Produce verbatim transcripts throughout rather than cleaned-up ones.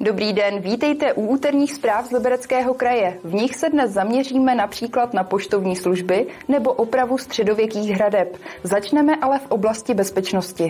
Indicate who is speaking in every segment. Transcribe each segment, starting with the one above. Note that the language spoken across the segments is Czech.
Speaker 1: Dobrý den, vítejte u úterních zpráv z Libereckého kraje. V nich se dnes zaměříme například na poštovní služby nebo opravu středověkých hradeb. Začneme ale v oblasti bezpečnosti.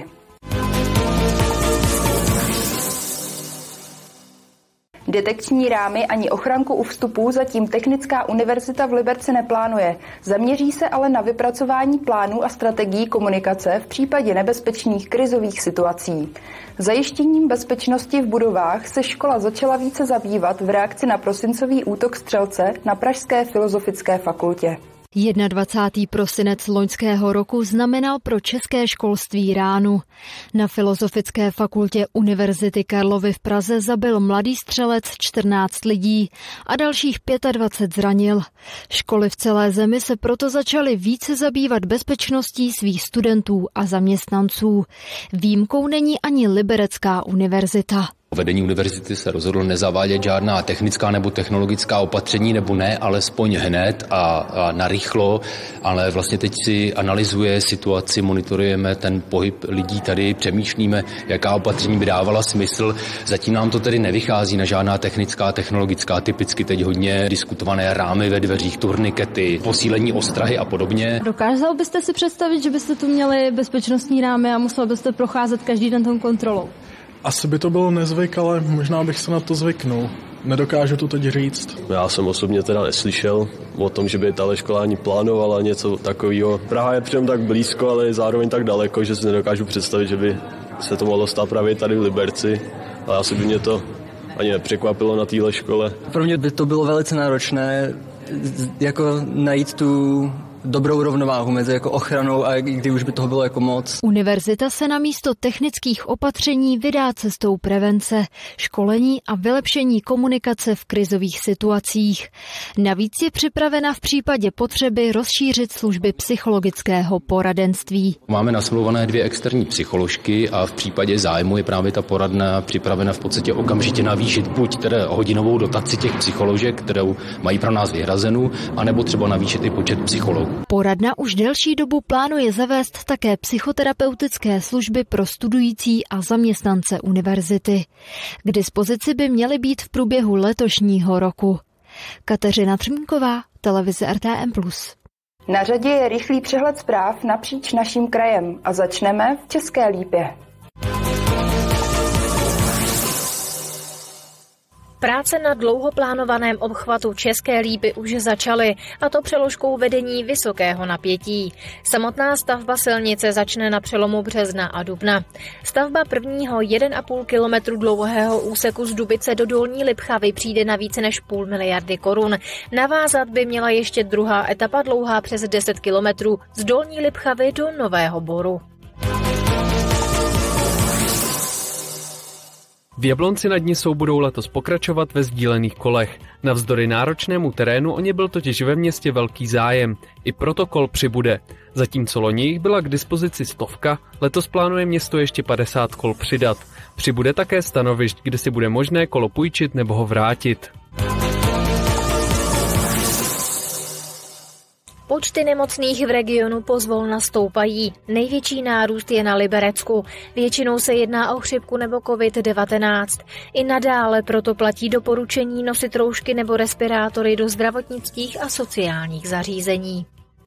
Speaker 1: Detekční rámy ani ochranku u vstupů zatím Technická univerzita v Liberci neplánuje. Zaměří se ale na vypracování plánů a strategií komunikace v případě nebezpečných krizových situací. Zajištěním bezpečnosti v budovách se škola začala více zabývat v reakci na prosincový útok střelce na Pražské filozofické fakultě.
Speaker 2: dvacátého prvního prosince loňského roku znamenal pro české školství ránu. Na Filozofické fakultě Univerzity Karlovy v Praze zabil mladý střelec čtrnáct lidí a dalších dvacet pět zranil. Školy v celé zemi se proto začaly více zabývat bezpečností svých studentů a zaměstnanců. Výjimkou není ani Liberecká univerzita.
Speaker 3: Vedení univerzity se rozhodlo nezavádět žádná technická nebo technologická opatření, nebo ne, alespoň hned a, a narychlo, ale vlastně teď si analyzuje situaci, monitorujeme ten pohyb lidí tady, přemýšlíme, jaká opatření by dávala smysl. Zatím nám to tedy nevychází na žádná technická, technologická, typicky teď hodně diskutované rámy ve dveřích, turnikety, posílení ostrahy a podobně.
Speaker 4: Dokázal byste si představit, že byste tu měli bezpečnostní rámy a musel byste procházet každý den tou kontrolou?
Speaker 5: Asi by to bylo nezvyk, ale možná bych se na to zvyknul. Nedokážu to teď říct.
Speaker 6: Já jsem osobně teda neslyšel o tom, že by tahle škola ani plánovala něco takového. Praha je přitom tak blízko, ale je zároveň tak daleko, že si nedokážu představit, že by se to mohlo stát právě tady v Liberci. Ale asi by mě to ani nepřekvapilo na téhle škole.
Speaker 7: Pro mě by to bylo velice náročné jako najít tu dobrou rovnováhu mezi jako ochranou a kdy už by toho bylo jako moc.
Speaker 2: Univerzita se na místo technických opatření vydá cestou prevence, školení a vylepšení komunikace v krizových situacích. Navíc je připravena v případě potřeby rozšířit služby psychologického poradenství.
Speaker 3: Máme nasmluvané dvě externí psycholožky a v případě zájmu je právě ta poradna připravena v podstatě okamžitě navýšit buď tedy hodinovou dotaci těch psycholožek, kterou mají pro nás vyhrazenou, anebo třeba navýšit i počet psychologů.
Speaker 2: Poradna už delší dobu plánuje zavést také psychoterapeutické služby pro studující a zaměstnance univerzity. K dispozici by měly být v průběhu letošního roku. Kateřina Třmínková, televize R T M plus.
Speaker 1: Na řadě je rychlý přehled zpráv napříč naším krajem a začneme v České Lípě.
Speaker 8: Práce na dlouho plánovaném obchvatu České Lípy už začaly, a to přeložkou vedení vysokého napětí. Samotná stavba silnice začne na přelomu března a dubna. Stavba prvního jeden a půl kilometru dlouhého úseku z Dubice do Dolní Lipchavy přijde na více než půl miliardy korun. Navázat by měla ještě druhá etapa dlouhá přes deset kilometrů z Dolní Lipchavy do Nového Boru.
Speaker 9: V Jablonci nad Nisou budou letos pokračovat ve sdílených kolech. Navzdory náročnému terénu o ně byl totiž ve městě velký zájem. I protokol přibude. Zatímco loni jich byla k dispozici stovka, letos plánuje město ještě padesát kol přidat. Přibude také stanovišť, kde si bude možné kolo půjčit nebo ho vrátit.
Speaker 8: Počty nemocných v regionu pozvolna stoupají. Největší nárůst je na Liberecku. Většinou se jedná o chřipku nebo covid devatenáct. I nadále proto platí doporučení nosit roušky nebo respirátory do zdravotnických a sociálních zařízení.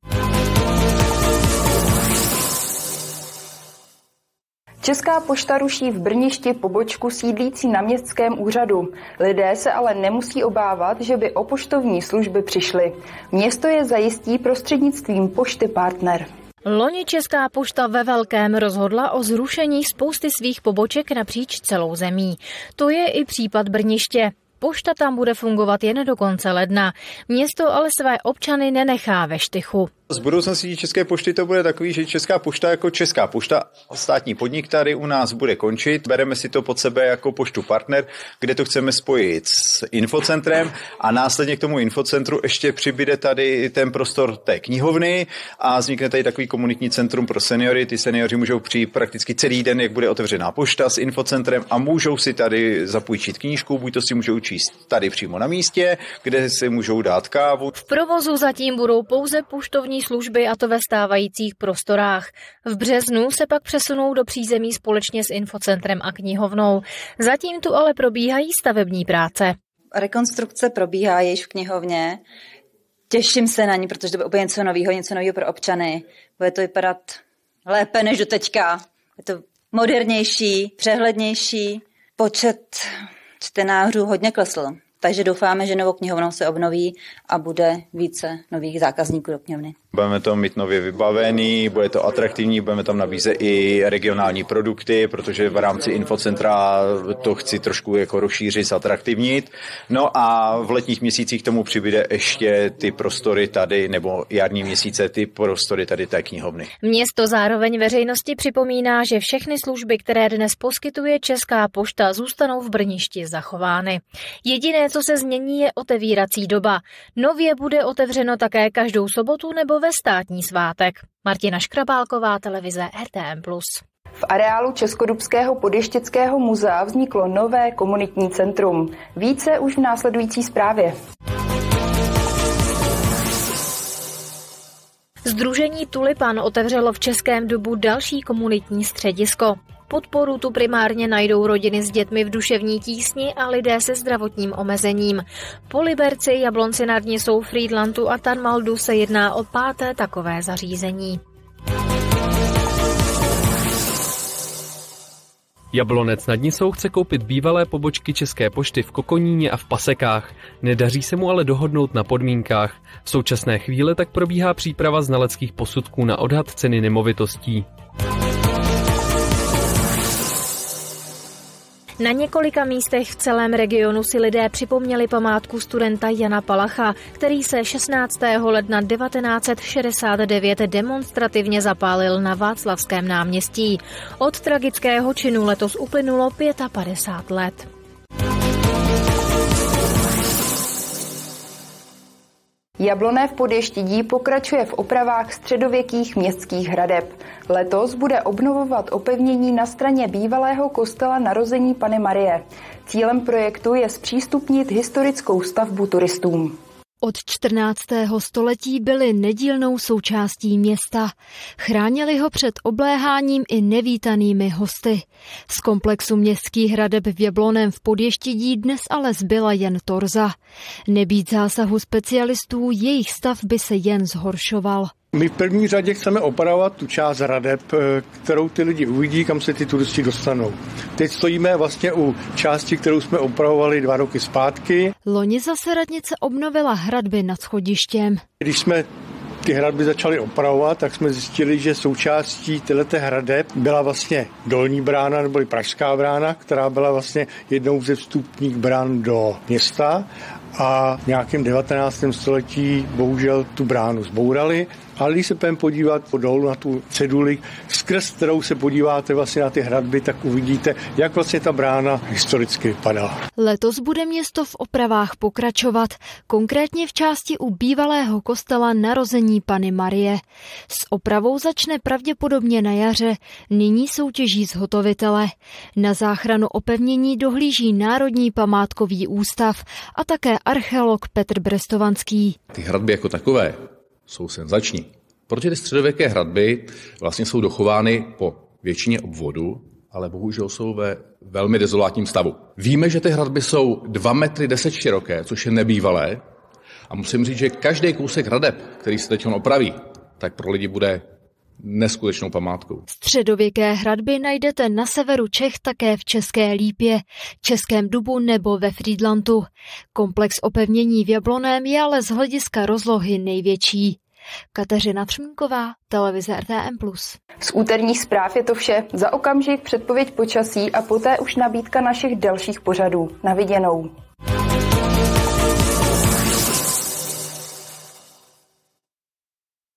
Speaker 1: Česká pošta ruší v Brništi pobočku sídlící na městském úřadu. Lidé se ale nemusí obávat, že by o poštovní služby přišli. Město je zajistí prostřednictvím Pošty Partner.
Speaker 8: Loni Česká pošta ve velkém rozhodla o zrušení spousty svých poboček napříč celou zemí. To je i případ Brniště. Pošta tam bude fungovat jen do konce ledna. Město ale své občany nenechá ve štychu.
Speaker 10: Z budoucnosti České pošty to bude takový, že Česká pošta jako Česká pošta, státní podnik tady u nás bude končit. Bereme si to pod sebe jako Poštu Partner, kde to chceme spojit s infocentrem a následně k tomu infocentru ještě přibyde tady ten prostor té knihovny a vznikne tady takový komunitní centrum pro seniory. Ty seniori můžou přijít prakticky celý den, jak bude otevřená pošta s infocentrem a můžou si tady zapůjčit knížku, buď to si můžou číst tady přímo na místě, kde si můžou dát kávu.
Speaker 8: V provozu zatím budou pouze poštovní doplní služby, a to ve stávajících prostorách. V březnu se pak přesunou do přízemí společně s infocentrem a knihovnou. Zatím tu ale probíhají stavební práce.
Speaker 11: Rekonstrukce probíhá již v knihovně. Těším se na ní, protože to bude úplně něco nového, něco nového pro občany. Bude to vypadat lépe než do teďka. Je to modernější, přehlednější. Počet čtenářů hodně klesl. Takže doufáme, že novou knihovnou se obnoví a bude více nových zákazníků do knihovny.
Speaker 10: Budeme to mít nově vybavený, bude to atraktivní, budeme tam nabízet i regionální produkty, protože v rámci infocentra to chci trošku jako rozšířit, zatraktivnit. No a v letních měsících tomu přibude ještě ty prostory tady, nebo jarní měsíce ty prostory tady té knihovny.
Speaker 8: Město zároveň veřejnosti připomíná, že všechny služby, které dnes poskytuje Česká pošta, zůstanou v Brništi zachovány. Jediné, co se změní, je otevírací doba. Nově bude otevřeno také každou sobotu nebo ve státní svátek. Martina Škrabálková, televize R T M plus.
Speaker 1: V areálu Českodubského podještěckého muzea vzniklo nové komunitní centrum. Více už v následující zprávě.
Speaker 8: Sdružení Tulipan otevřelo v Českém Dubu další komunitní středisko. Podporu tu primárně najdou rodiny s dětmi v duševní tísni a lidé se zdravotním omezením. Po Liberci, Jablonci nad Nisou, Frýdlantu a Tanmaldu se jedná o páté takové zařízení.
Speaker 9: Jablonec nad Nisou chce koupit bývalé pobočky České pošty v Kokoníně a v Pasekách. Nedaří se mu ale dohodnout na podmínkách. V současné chvíli tak probíhá příprava znaleckých posudků na odhad ceny nemovitostí.
Speaker 8: Na několika místech v celém regionu si lidé připomněli památku studenta Jana Palacha, který se šestnáctého ledna devatenáct set šedesát devět demonstrativně zapálil na Václavském náměstí. Od tragického činu letos uplynulo padesát pět let.
Speaker 1: Jabloné v Podještědí pokračuje v opravách středověkých městských hradeb. Letos bude obnovovat opevnění na straně bývalého kostela Narození Panny Marie. Cílem projektu je zpřístupnit historickou stavbu turistům.
Speaker 2: Od čtrnáctého století byly nedílnou součástí města. Chránili ho před obléháním i nevítanými hosty. Z komplexu městských hradeb v Jabloném v Podještědí dnes ale zbyla jen torza. Nebýt zásahu specialistů, jejich stav by se jen zhoršoval.
Speaker 12: My v první řadě chceme opravovat tu část hradeb, kterou ty lidi uvidí, kam se ty turisti dostanou. Teď stojíme vlastně u části, kterou jsme opravovali dva roky zpátky.
Speaker 2: Loni zase radnice obnovila hradby nad schodištěm.
Speaker 12: Když jsme ty hradby začali opravovat, tak jsme zjistili, že součástí této hradeb byla vlastně dolní brána, nebo pražská brána, která byla vlastně jednou ze vstupních brán do města. A v nějakém devatenáctém století bohužel tu bránu zbourali. Ale když se půjdeme podívat dolů na tu ceduli, skrz kterou se podíváte vlastně na ty hradby, tak uvidíte, jak vlastně ta brána historicky vypadala.
Speaker 2: Letos bude město v opravách pokračovat, konkrétně v části u bývalého kostela Narození Panny Marie. S opravou začne pravděpodobně na jaře, nyní soutěží zhotovitele. Na záchranu opevnění dohlíží Národní památkový ústav a také archeolog Petr Brestovanský.
Speaker 13: Ty hradby jako takové jsou senzační, protože ty středověké hradby vlastně jsou dochovány po většině obvodu, ale bohužel jsou ve velmi dezolátním stavu. Víme, že ty hradby jsou dva metry deset široké, což je nebývalé, a musím říct, že každý kousek hradeb, který se teď opraví, tak pro lidi bude neskutečnou památkou.
Speaker 2: Středověké hradby najdete na severu Čech také v České Lípě, Českém Dubu nebo ve Frýdlantu. Komplex opevnění v Jabloném je ale z hlediska rozlohy největší. Kateřina Třmínková, televize R T M plus.
Speaker 1: Z úterních zpráv je to vše. Za okamžik předpověď počasí a poté už nabídka našich dalších pořadů. Na viděnou.